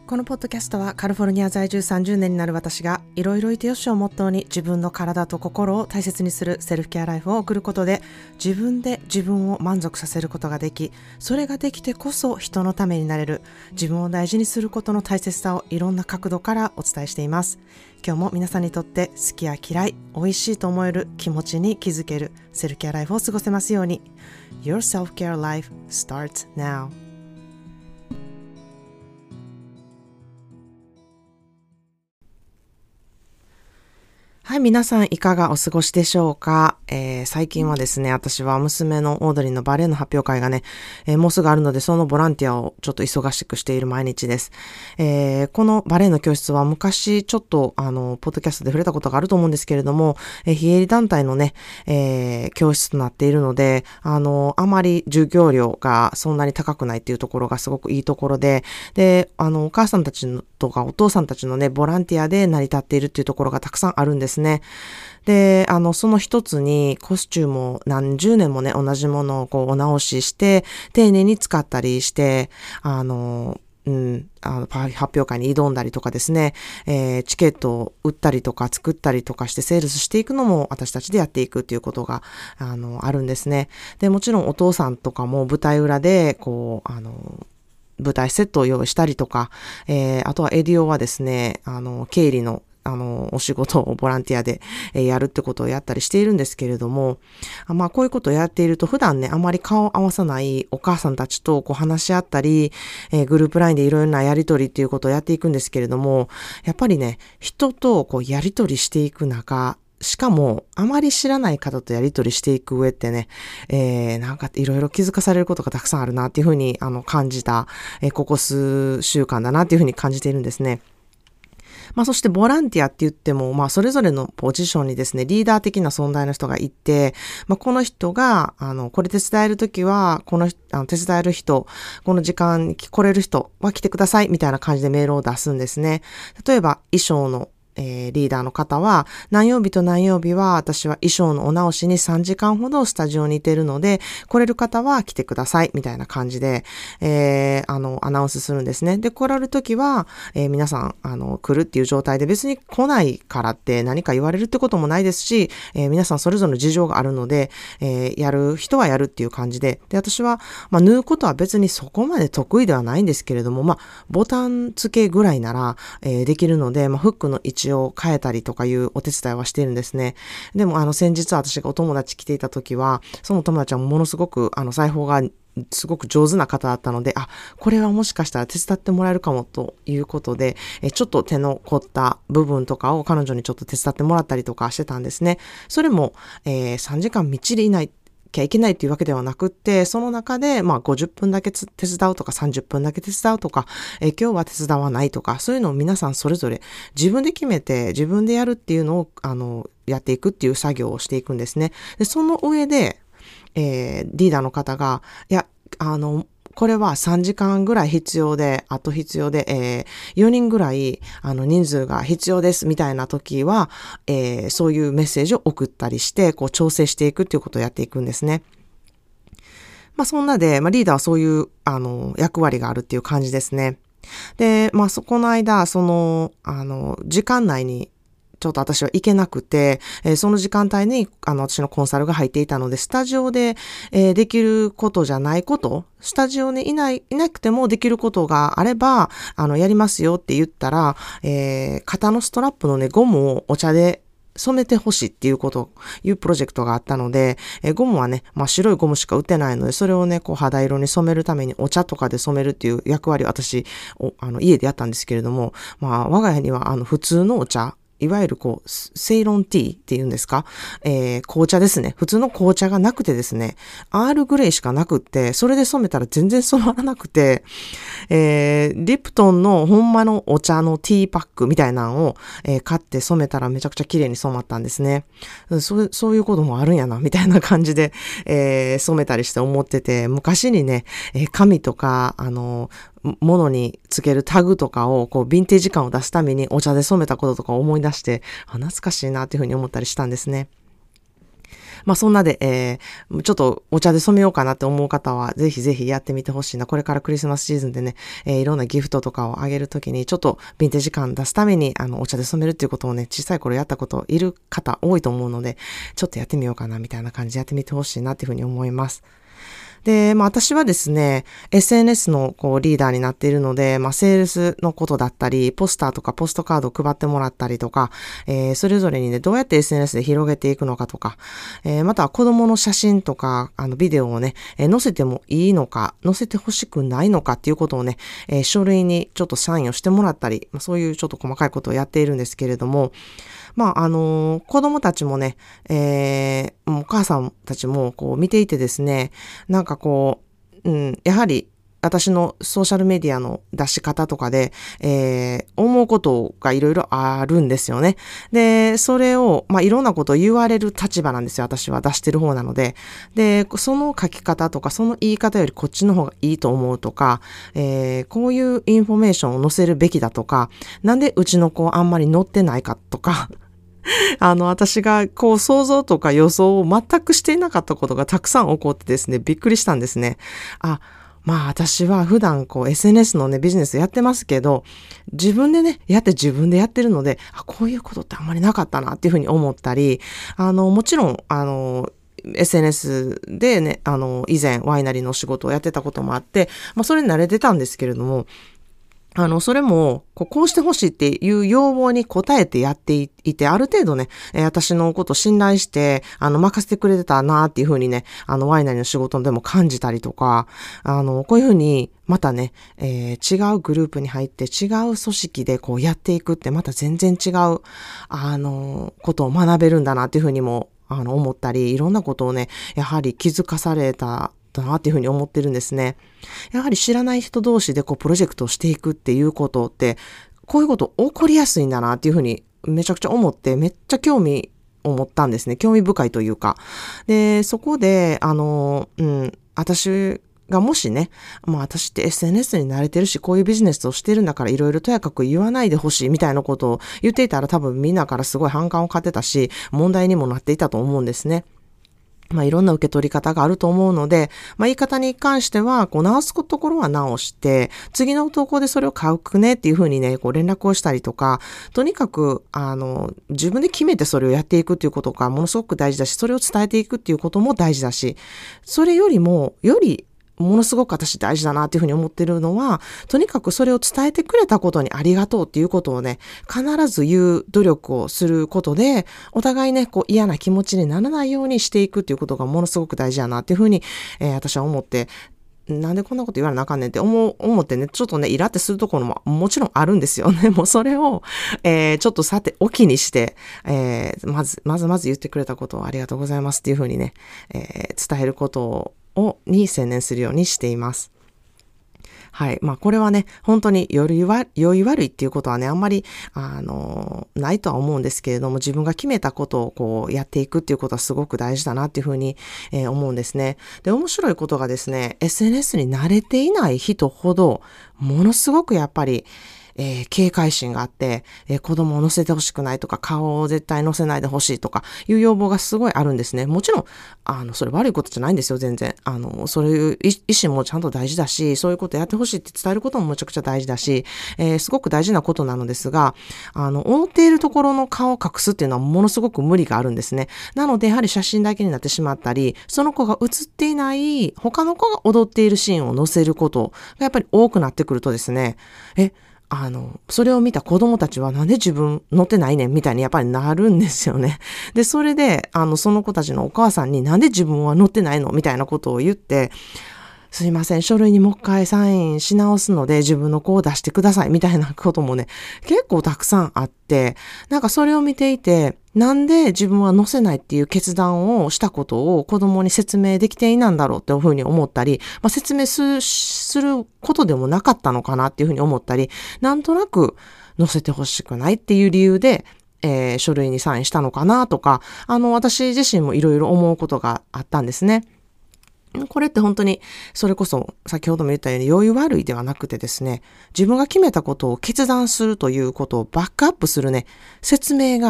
このポッドキャストはカリフォルニア在住30年になる私がいろいろいてよしをモットーに自分の体と心を大切にするセルフケアライフを送ることで自分で自分を満足させることができ、それができてこそ人のためになれる、自分を大事にすることの大切さをいろんな角度からお伝えしています。今日も皆さんにとって好きや嫌い、美味しいと思える気持ちに気づけるセルフケアライフを過ごせますように。 Your self-care life starts now。はい、皆さんいかがお過ごしでしょうか。最近はですね、私は娘のオードリーのバレエの発表会がね、もうすぐあるので、そのボランティアをちょっと忙しくしている毎日です。このバレエの教室は昔ちょっとポッドキャストで触れたことがあると思うんですけれども、非営利団体のね、教室となっているので、あまり授業料がそんなに高くないっていうところがすごくいいところで、で、お母さんたちとかお父さんたちのね、ボランティアで成り立っているっていうところがたくさんあるんですね。で、その一つにコスチュームを何十年もね、同じものをこうお直しして、丁寧に使ったりして、発表会に挑んだりとかですね、チケットを売ったりとか作ったりとかしてセールスしていくのも私たちでやっていくっていうことが、あるんですね。で、もちろんお父さんとかも舞台裏で、こう、舞台セットを用意したりとか、あとはエディオはですね、経理のお仕事をボランティアでやるってことをやったりしているんですけれども、まあこういうことをやっていると普段ね、あまり顔を合わさないお母さんたちとこう話し合ったり、グループラインでいろいろなやりとりっていうことをやっていくんですけれども、やっぱりね、人とこうやりとりしていく中、しかも、あまり知らない方とやりとりしていく上ってね、なんかいろいろ気づかされることがたくさんあるなっていうふうに感じた、ここ数週間だなっていうふうに感じているんですね。まあそしてボランティアって言っても、まあそれぞれのポジションにですね、リーダー的な存在の人がいて、まあこの人が、これ手伝えるときは、手伝える人、この時間に来れる人は来てくださいみたいな感じでメールを出すんですね。例えば衣装のリーダーの方は、何曜日と何曜日は私は衣装のお直しに3時間ほどスタジオにいてるので、来れる方は来てくださいみたいな感じで、アナウンスするんですね。で、来られるときは、皆さん、来るっていう状態で別に来ないからって何か言われるってこともないですし、皆さんそれぞれの事情があるので、やる人はやるっていう感じで、で、私は、まあ、縫うことは別にそこまで得意ではないんですけれども、まあ、ボタン付けぐらいなら、できるので、まあ、フックの位置を変えたりとかいうお手伝いはしているんですね。でも先日私がお友達来ていた時は、そのお友達はものすごく裁縫がすごく上手な方だったので、これはもしかしたら手伝ってもらえるかもということで、ちょっと手の凝った部分とかを彼女にちょっと手伝ってもらったりとかしてたんですね。それも、3時間みっちりいないきゃいけないっていうわけではなくって、その中で、まあ、50分だけ手伝うとか、30分だけ手伝うとか、今日は手伝わないとか、そういうのを皆さんそれぞれ自分で決めて、自分でやるっていうのを、やっていくっていう作業をしていくんですね。で、その上で、リーダーの方が、いや、これは3時間ぐらい必要で、あと必要で、4人ぐらい、人数が必要ですみたいな時は、そういうメッセージを送ったりして、こう調整していくっていうことをやっていくんですね。まあそんなで、まあリーダーはそういう、役割があるっていう感じですね。で、まあこの間、時間内に、ちょっと私は行けなくて、その時間帯に、私のコンサルが入っていたので、スタジオで、できることじゃないこと、スタジオにいなくてもできることがあれば、やりますよって言ったら、肩のストラップのね、ゴムをお茶で染めてほしいっていうプロジェクトがあったので、ゴムはね、まあ白いゴムしか売ってないので、それをね、こう肌色に染めるためにお茶とかで染めるっていう役割を私、家でやったんですけれども、まあ我が家には普通のお茶、いわゆるこう、セイロンティーっていうんですか、紅茶ですね。普通の紅茶がなくてですね、アールグレイしかなくって、それで染めたら全然染まらなくて、リプトンのほんまのお茶のティーパックみたいなのを、買って染めたらめちゃくちゃ綺麗に染まったんですね。そういうこともあるんやな、みたいな感じで、染めたりして思ってて、昔にね、紙とか、ものにつけるタグとかをこうヴィンテージ感を出すためにお茶で染めたこととかを思い出して、懐かしいなっていうふうに思ったりしたんですね。 まあそんなで、ちょっとお茶で染めようかなって思う方は、ぜひぜひやってみてほしいな。これからクリスマスシーズンでね、いろんなギフトとかをあげるときに、ちょっとヴィンテージ感出すために、お茶で染めるっていうことをね、小さい頃やったこといる方多いと思うので、ちょっとやってみようかなみたいな感じでやってみてほしいなっていうふうに思います。で、まあ私はですね、SNS のリーダーになっているので、まあセールスのことだったり、ポスターとかポストカードを配ってもらったりとか、それぞれにね、どうやって SNS で広げていくのかとか、または子供の写真とか、ビデオをね、載せてもいいのか、載せてほしくないのかっていうことをね、書類にちょっとサインをしてもらったり、まあ、そういうちょっと細かいことをやっているんですけれども、まあ、子供たちもね、お母さんたちも見ていてですね、なんかやはり私のソーシャルメディアの出し方とかで、思うことがいろいろあるんですよね。で、それを、まあ、いろんなことを言われる立場なんですよ。私は出してる方なので。で、その書き方とか、その言い方よりこっちの方がいいと思うとか、こういうインフォメーションを載せるべきだとか、なんでうちの子あんまり載ってないかとか、私が想像とか予想を全くしていなかったことがたくさん起こってですね、びっくりしたんですね。まあ私は普段SNS のね、ビジネスやってますけど、自分でね、自分でやってるので、こういうことってあんまりなかったなっていうふうに思ったり、もちろん、SNS でね、以前ワイナリーの仕事をやってたこともあって、まあそれに慣れてたんですけれども、それも、こうしてほしいっていう要望に応えてやっていて、ある程度ね、私のことを信頼して、任せてくれてたなっていうふうにね、ワイナリーの仕事でも感じたりとか、こういうふうに、またね、違うグループに入って違う組織でやっていくってまた全然違う、ことを学べるんだなっていうふうにも、思ったり、いろんなことをね、やはり気づかされた、だなっていうふうに思ってるんですね。やはり知らない人同士でプロジェクトをしていくっていうことって、こういうこと起こりやすいんだなっていうふうにめちゃくちゃ思って、めっちゃ興味を持ったんですね。興味深いというか。で、そこで、私がもしね、まあ私って SNS に慣れてるし、こういうビジネスをしてるんだからいろいろとやかく言わないでほしいみたいなことを言っていたら多分みんなからすごい反感を買ってたし、問題にもなっていたと思うんですね。まあいろんな受け取り方があると思うので、まあ言い方に関しては、直すところは直して、次の投稿でそれを書くねっていうふうにね、連絡をしたりとか、とにかく、自分で決めてそれをやっていくっていうことがものすごく大事だし、それを伝えていくっていうことも大事だし、それよりも、ものすごく私大事だなっていうふうに思ってるのは、とにかくそれを伝えてくれたことにありがとうっていうことをね、必ず言う努力をすることで、お互いね、嫌な気持ちにならないようにしていくっていうことがものすごく大事だなっていうふうに、私は思って、なんでこんなこと言われなあかんねんって思ってね、ちょっとね、イラってするところももちろんあるんですよね。もうそれを、ちょっとさておきにして、まず言ってくれたことをありがとうございますっていうふうにね、伝えることに専念するようにしています。はい。まあ、これはね、本当に良い悪いっていうことはね、あんまり、ないとは思うんですけれども、自分が決めたことをやっていくっていうことはすごく大事だなっていうふうに、思うんですね。で、面白いことがですね、SNS に慣れていない人ほど、ものすごくやっぱり、警戒心があって、子供を乗せてほしくないとか、顔を絶対乗せないでほしいとかいう要望がすごいあるんですね。もちろん、それ悪いことじゃないんですよ、全然。そういう意思もちゃんと大事だし、そういうことやってほしいって伝えることもむちゃくちゃ大事だし、すごく大事なことなのですが、覆っているところの顔を隠すっていうのはものすごく無理があるんですね。なので、やはり写真だけになってしまったり、その子が写っていない他の子が踊っているシーンを載せることがやっぱり多くなってくるとですね、それを見た子供たちはなんで自分乗ってないねんみたいにやっぱりなるんですよね。で、それで、その子たちのお母さんになんで自分は乗ってないのみたいなことを言って、すいません、書類にもう一回サインし直すので自分の子を出してくださいみたいなこともね、結構たくさんあって、なんかそれを見ていて、なんで自分は載せないっていう決断をしたことを子供に説明できていないんだろうっていうふうに思ったり、まあ、説明することでもなかったのかなっていうふうに思ったり、なんとなく載せてほしくないっていう理由で、書類にサインしたのかなとか、私自身もいろいろ思うことがあったんですね。これって本当に、それこそ先ほども言ったように良い悪いではなくてですね、自分が決めたことを決断するということをバックアップするね、説明が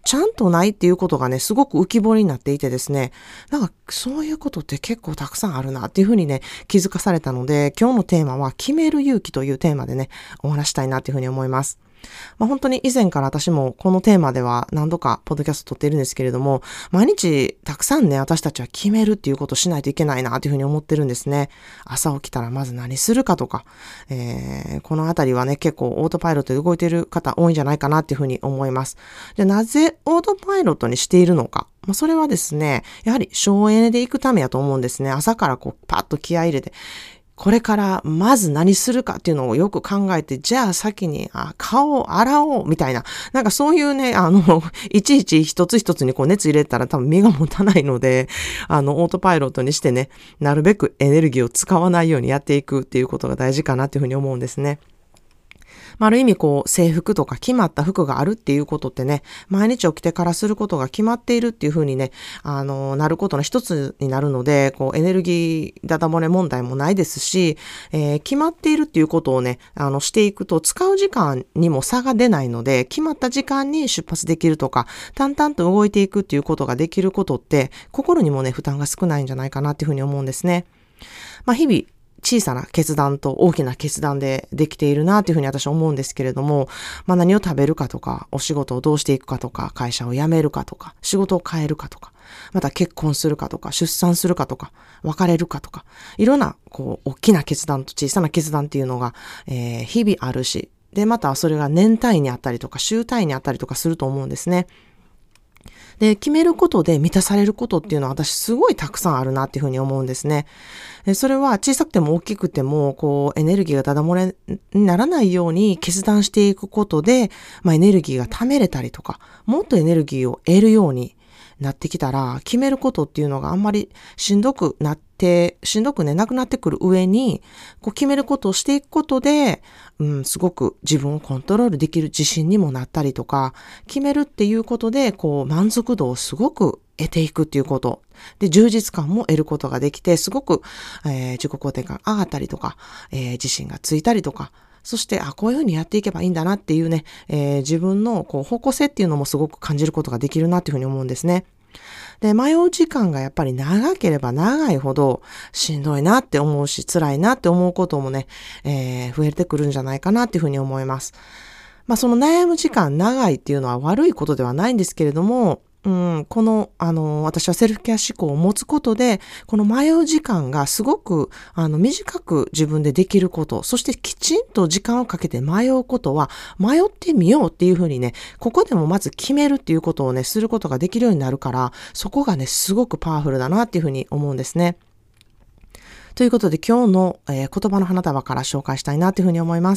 ちゃんとないっていうことがね、すごく浮き彫りになっていてですね、なんかそういうことって結構たくさんあるなっていうふうにね、気づかされたので、今日のテーマは決める勇気というテーマでね、お話したいなっていうふうに思います。本当に以前から私もこのテーマでは何度かポッドキャスト撮っているんですけれども、毎日たくさんね、私たちは決めるっていうことをしないといけないなというふうに思ってるんですね。朝起きたらまず何するかとか、このあたりはね、結構オートパイロットで動いている方多いんじゃないかなっていうふうに思います。で、なぜオートパイロットにしているのか。それはですね、やはり省エネで行くためやと思うんですね。朝からこうパッと気合い入れて、これからまず何するかっていうのをよく考えて、じゃあ先に顔を洗おうみたいな、なんかそういうね、いちいち一つ一つにこう熱入れたら多分身が持たないので、オートパイロットにしてね、なるべくエネルギーを使わないようにやっていくっていうことが大事かなっていうふうに思うんですね。ある意味こう制服とか決まった服があるっていうことってね、毎日起きてからすることが決まっているっていうふうにね、なることの一つになるので、こうエネルギーダダ漏れ問題もないですし、決まっているっていうことをね、していくと使う時間にも差が出ないので、決まった時間に出発できるとか、淡々と動いていくっていうことができることって、心にもね、負担が少ないんじゃないかなっていうふうに思うんですね。日々、小さな決断と大きな決断でできているなというふうに私は思うんですけれども、何を食べるかとか、お仕事をどうしていくかとか、会社を辞めるかとか、仕事を変えるかとか、また結婚するかとか、出産するかとか、別れるかとか、いろんなこう大きな決断と小さな決断っていうのが、日々あるし、でまたそれが年単位にあったりとか週単位にあったりとかすると思うんですね。で、決めることで満たされることっていうのは私すごいたくさんあるなっていうふうに思うんですね。それは小さくても大きくても、こうエネルギーがダダ漏れにならないように決断していくことで、エネルギーが貯めれたりとか、もっとエネルギーを得るようになってきたら、決めることっていうのがあんまりしんどくね、なくなってくる上に、こう決めることをしていくことで、すごく自分をコントロールできる自信にもなったりとか、決めるっていうことで、こう満足度をすごく得ていくっていうこと。で、充実感も得ることができて、すごく、自己肯定感上がったりとか、自信がついたりとか、そして、こういうふうにやっていけばいいんだなっていうね、自分のこう方向性っていうのもすごく感じることができるなっていうふうに思うんですね。で、迷う時間がやっぱり長ければ長いほどしんどいなって思うし、辛いなって思うこともね、増えてくるんじゃないかなっていうふうに思います。その悩む時間長いっていうのは悪いことではないんですけれども、私はセルフケア思考を持つことで、この迷う時間がすごく、短く自分でできること、そしてきちんと時間をかけて迷うことは、迷ってみようっていうふうにね、ここでもまず決めるっていうことをね、することができるようになるから、そこがね、すごくパワフルだなっていうふうに思うんですね。ということで、今日の、言葉の花束から紹介したいなっていうふうに思います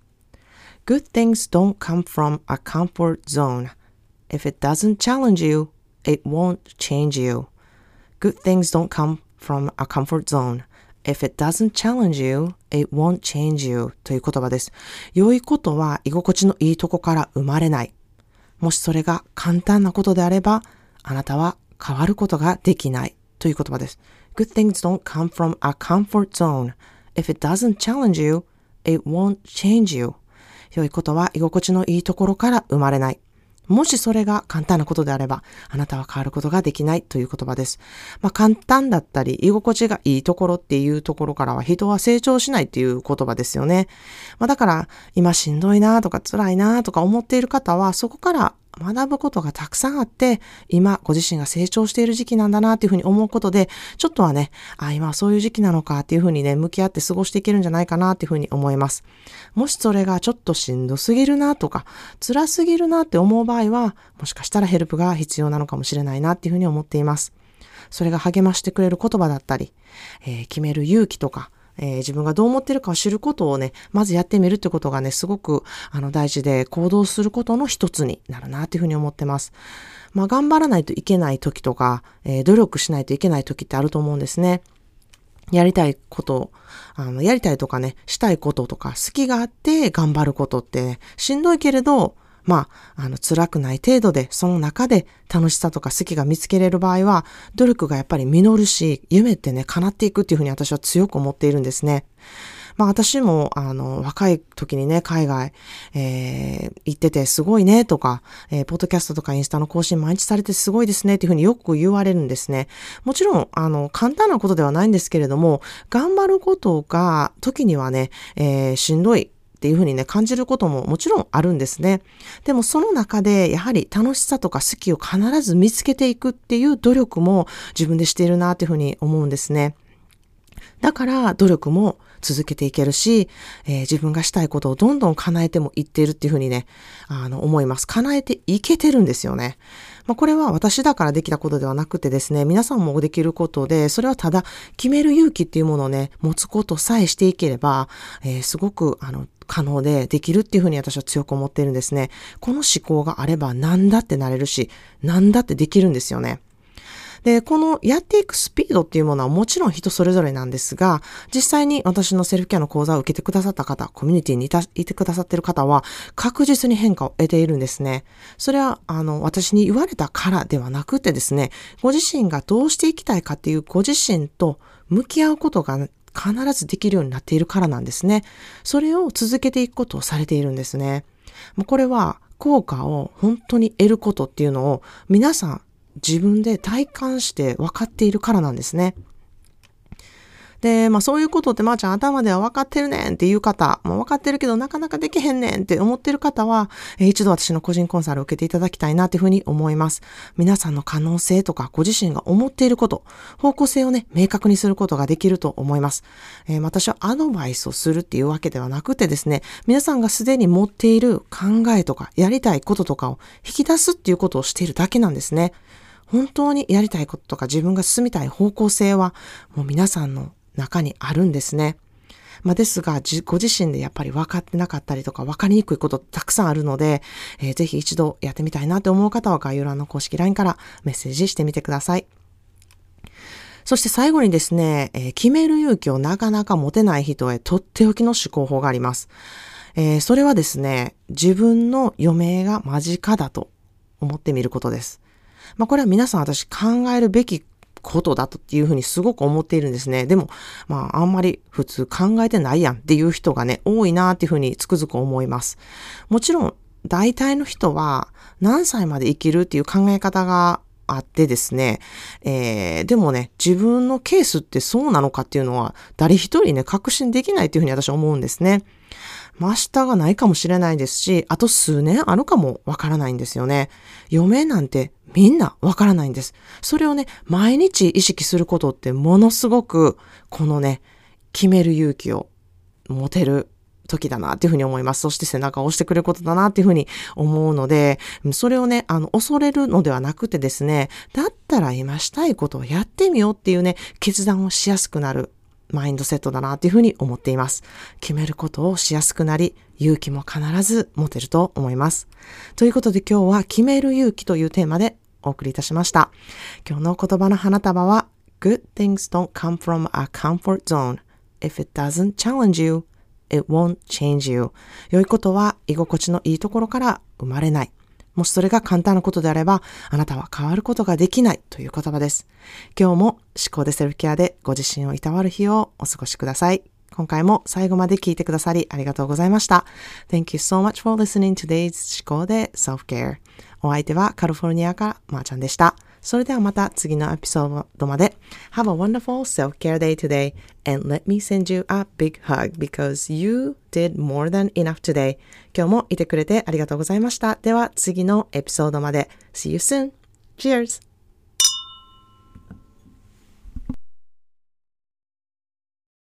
。Good things don't come from a comfort zone.If it doesn't challenge you, it won't change you. Good things don't come from a comfort zone. If it doesn't challenge you, it won't change you. という言葉です。良いことは居心地のいいとこから生まれない。もしそれが簡単なことであれば、あなたは変わることができない。という言葉です。Good things don't come from a comfort zone. If it doesn't challenge you, it won't change you. 良いことは居心地のいいところから生まれない。もしそれが簡単なことであれば、あなたは変わることができないという言葉です。簡単だったり、居心地がいいところっていうところからは人は成長しないっていう言葉ですよね。だから、今しんどいなとか辛いなとか思っている方は、そこから学ぶことがたくさんあって、今ご自身が成長している時期なんだなっていうふうに思うことで、ちょっとはね、今はそういう時期なのかっていうふうにね、向き合って過ごしていけるんじゃないかなっていうふうに思います。もしそれがちょっとしんどすぎるなとか、辛すぎるなって思う場合は、もしかしたらヘルプが必要なのかもしれないなっていうふうに思っています。それが励ましてくれる言葉だったり、決める勇気とか、自分がどう思ってるかを知ることをね、まずやってみるってことがね、すごく大事で行動することの一つになるなっていうふうに思ってます。頑張らないといけない時とか、努力しないといけない時ってあると思うんですね。やりたいこと、やりたいとかね、したいこととか、好きがあって頑張ることって、ね、しんどいけれど、辛くない程度で、その中で楽しさとか好きが見つけれる場合は、努力がやっぱり実るし、夢ってね、叶っていくっていうふうに私は強く思っているんですね。 私も、若い時にね、海外、行っててすごいねとか、ポッドキャストとかインスタの更新毎日されてすごいですねっていうふうによく言われるんですね。もちろん、簡単なことではないんですけれども、頑張ることが時にはね、しんどいっていうふうにね、感じることももちろんあるんですね。でもその中でやはり楽しさとか好きを必ず見つけていくっていう努力も自分でしているなっていうふうに思うんですね。だから努力も続けていけるし、自分がしたいことをどんどん叶えてもいっているっていうふうにね、思います。叶えていけてるんですよね。これは私だからできたことではなくてですね、皆さんもできることで、それはただ決める勇気っていうものをね、持つことさえしていければ、すごく可能でできるっていうふうに私は強く思っているんですね。この思考があれば何だってなれるし、何だってできるんですよね。で、このやっていくスピードっていうものはもちろん人それぞれなんですが、実際に私のセルフケアの講座を受けてくださった方、コミュニティにいてくださっている方は確実に変化を得ているんですね。それは、私に言われたからではなくてですね、ご自身がどうしていきたいかっていうご自身と向き合うことが必ずできるようになっているからなんですね。それを続けていくことをされているんですね。これは効果を本当に得ることっていうのを皆さん自分で体感して分かっているからなんですね。で、そういうことってちゃん頭では分かってるねんっていう方、分かってるけどなかなかできへんねんって思ってる方は、一度私の個人コンサルを受けていただきたいなというふうに思います。皆さんの可能性とかご自身が思っていること、方向性をね、明確にすることができると思います。私はアドバイスをするっていうわけではなくてですね、皆さんがすでに持っている考えとかやりたいこととかを引き出すっていうことをしているだけなんですね。本当にやりたいこととか自分が進みたい方向性はもう皆さんの中にあるんですね。ですが、ご自身でやっぱり分かってなかったりとか分かりにくいことたくさんあるので、ぜひ一度やってみたいなと思う方は概要欄の公式 LINE からメッセージしてみてください。そして最後にですね、決める勇気をなかなか持てない人へとっておきの思考法があります。それはですね、自分の余命が間近だと思ってみることです。これは皆さん私考えるべきことだとっていうふうにすごく思っているんですね。でも、あんまり普通考えてないやんっていう人がね、多いなっていうふうにつくづく思います。もちろん、大体の人は何歳まで生きるっていう考え方があってですね、でもね、自分のケースってそうなのかっていうのは誰一人ね、確信できないっていうふうに私は思うんですね。明日がないかもしれないですし、あと数年あるかもわからないんですよね。余命なんてみんなわからないんです。それをね、毎日意識することってものすごく、このね、決める勇気を持てる時だなっていうふうに思います。そして背中を押してくれることだなっていうふうに思うので、それをね、恐れるのではなくてですね、だったら今したいことをやってみようっていうね、決断をしやすくなるマインドセットだなっていうふうに思っています。決めることをしやすくなり、勇気も必ず持てると思います。ということで今日は決める勇気というテーマでお送りいたしました。今日の言葉の花束は Good things don't come from a comfort zone. If it doesn't challenge you, it won't change you. 良いことは居心地のいいところから生まれない。もしそれが簡単なことであれば、あなたは変わることができないという言葉です。今日も思考でセルフケアでご自身をいたわる日をお過ごしください。今回も最後まで聞いてくださりありがとうございました。Thank you so much for listening to today's 思考で Self-Care。お相手はカリフォルニアからまーちゃんでした。それではまた次のエピソードまで。Have a wonderful self-care day today and let me send you a big hug because you did more than enough today. 今日もいてくれてありがとうございました。では次のエピソードまで。See you soon. Cheers!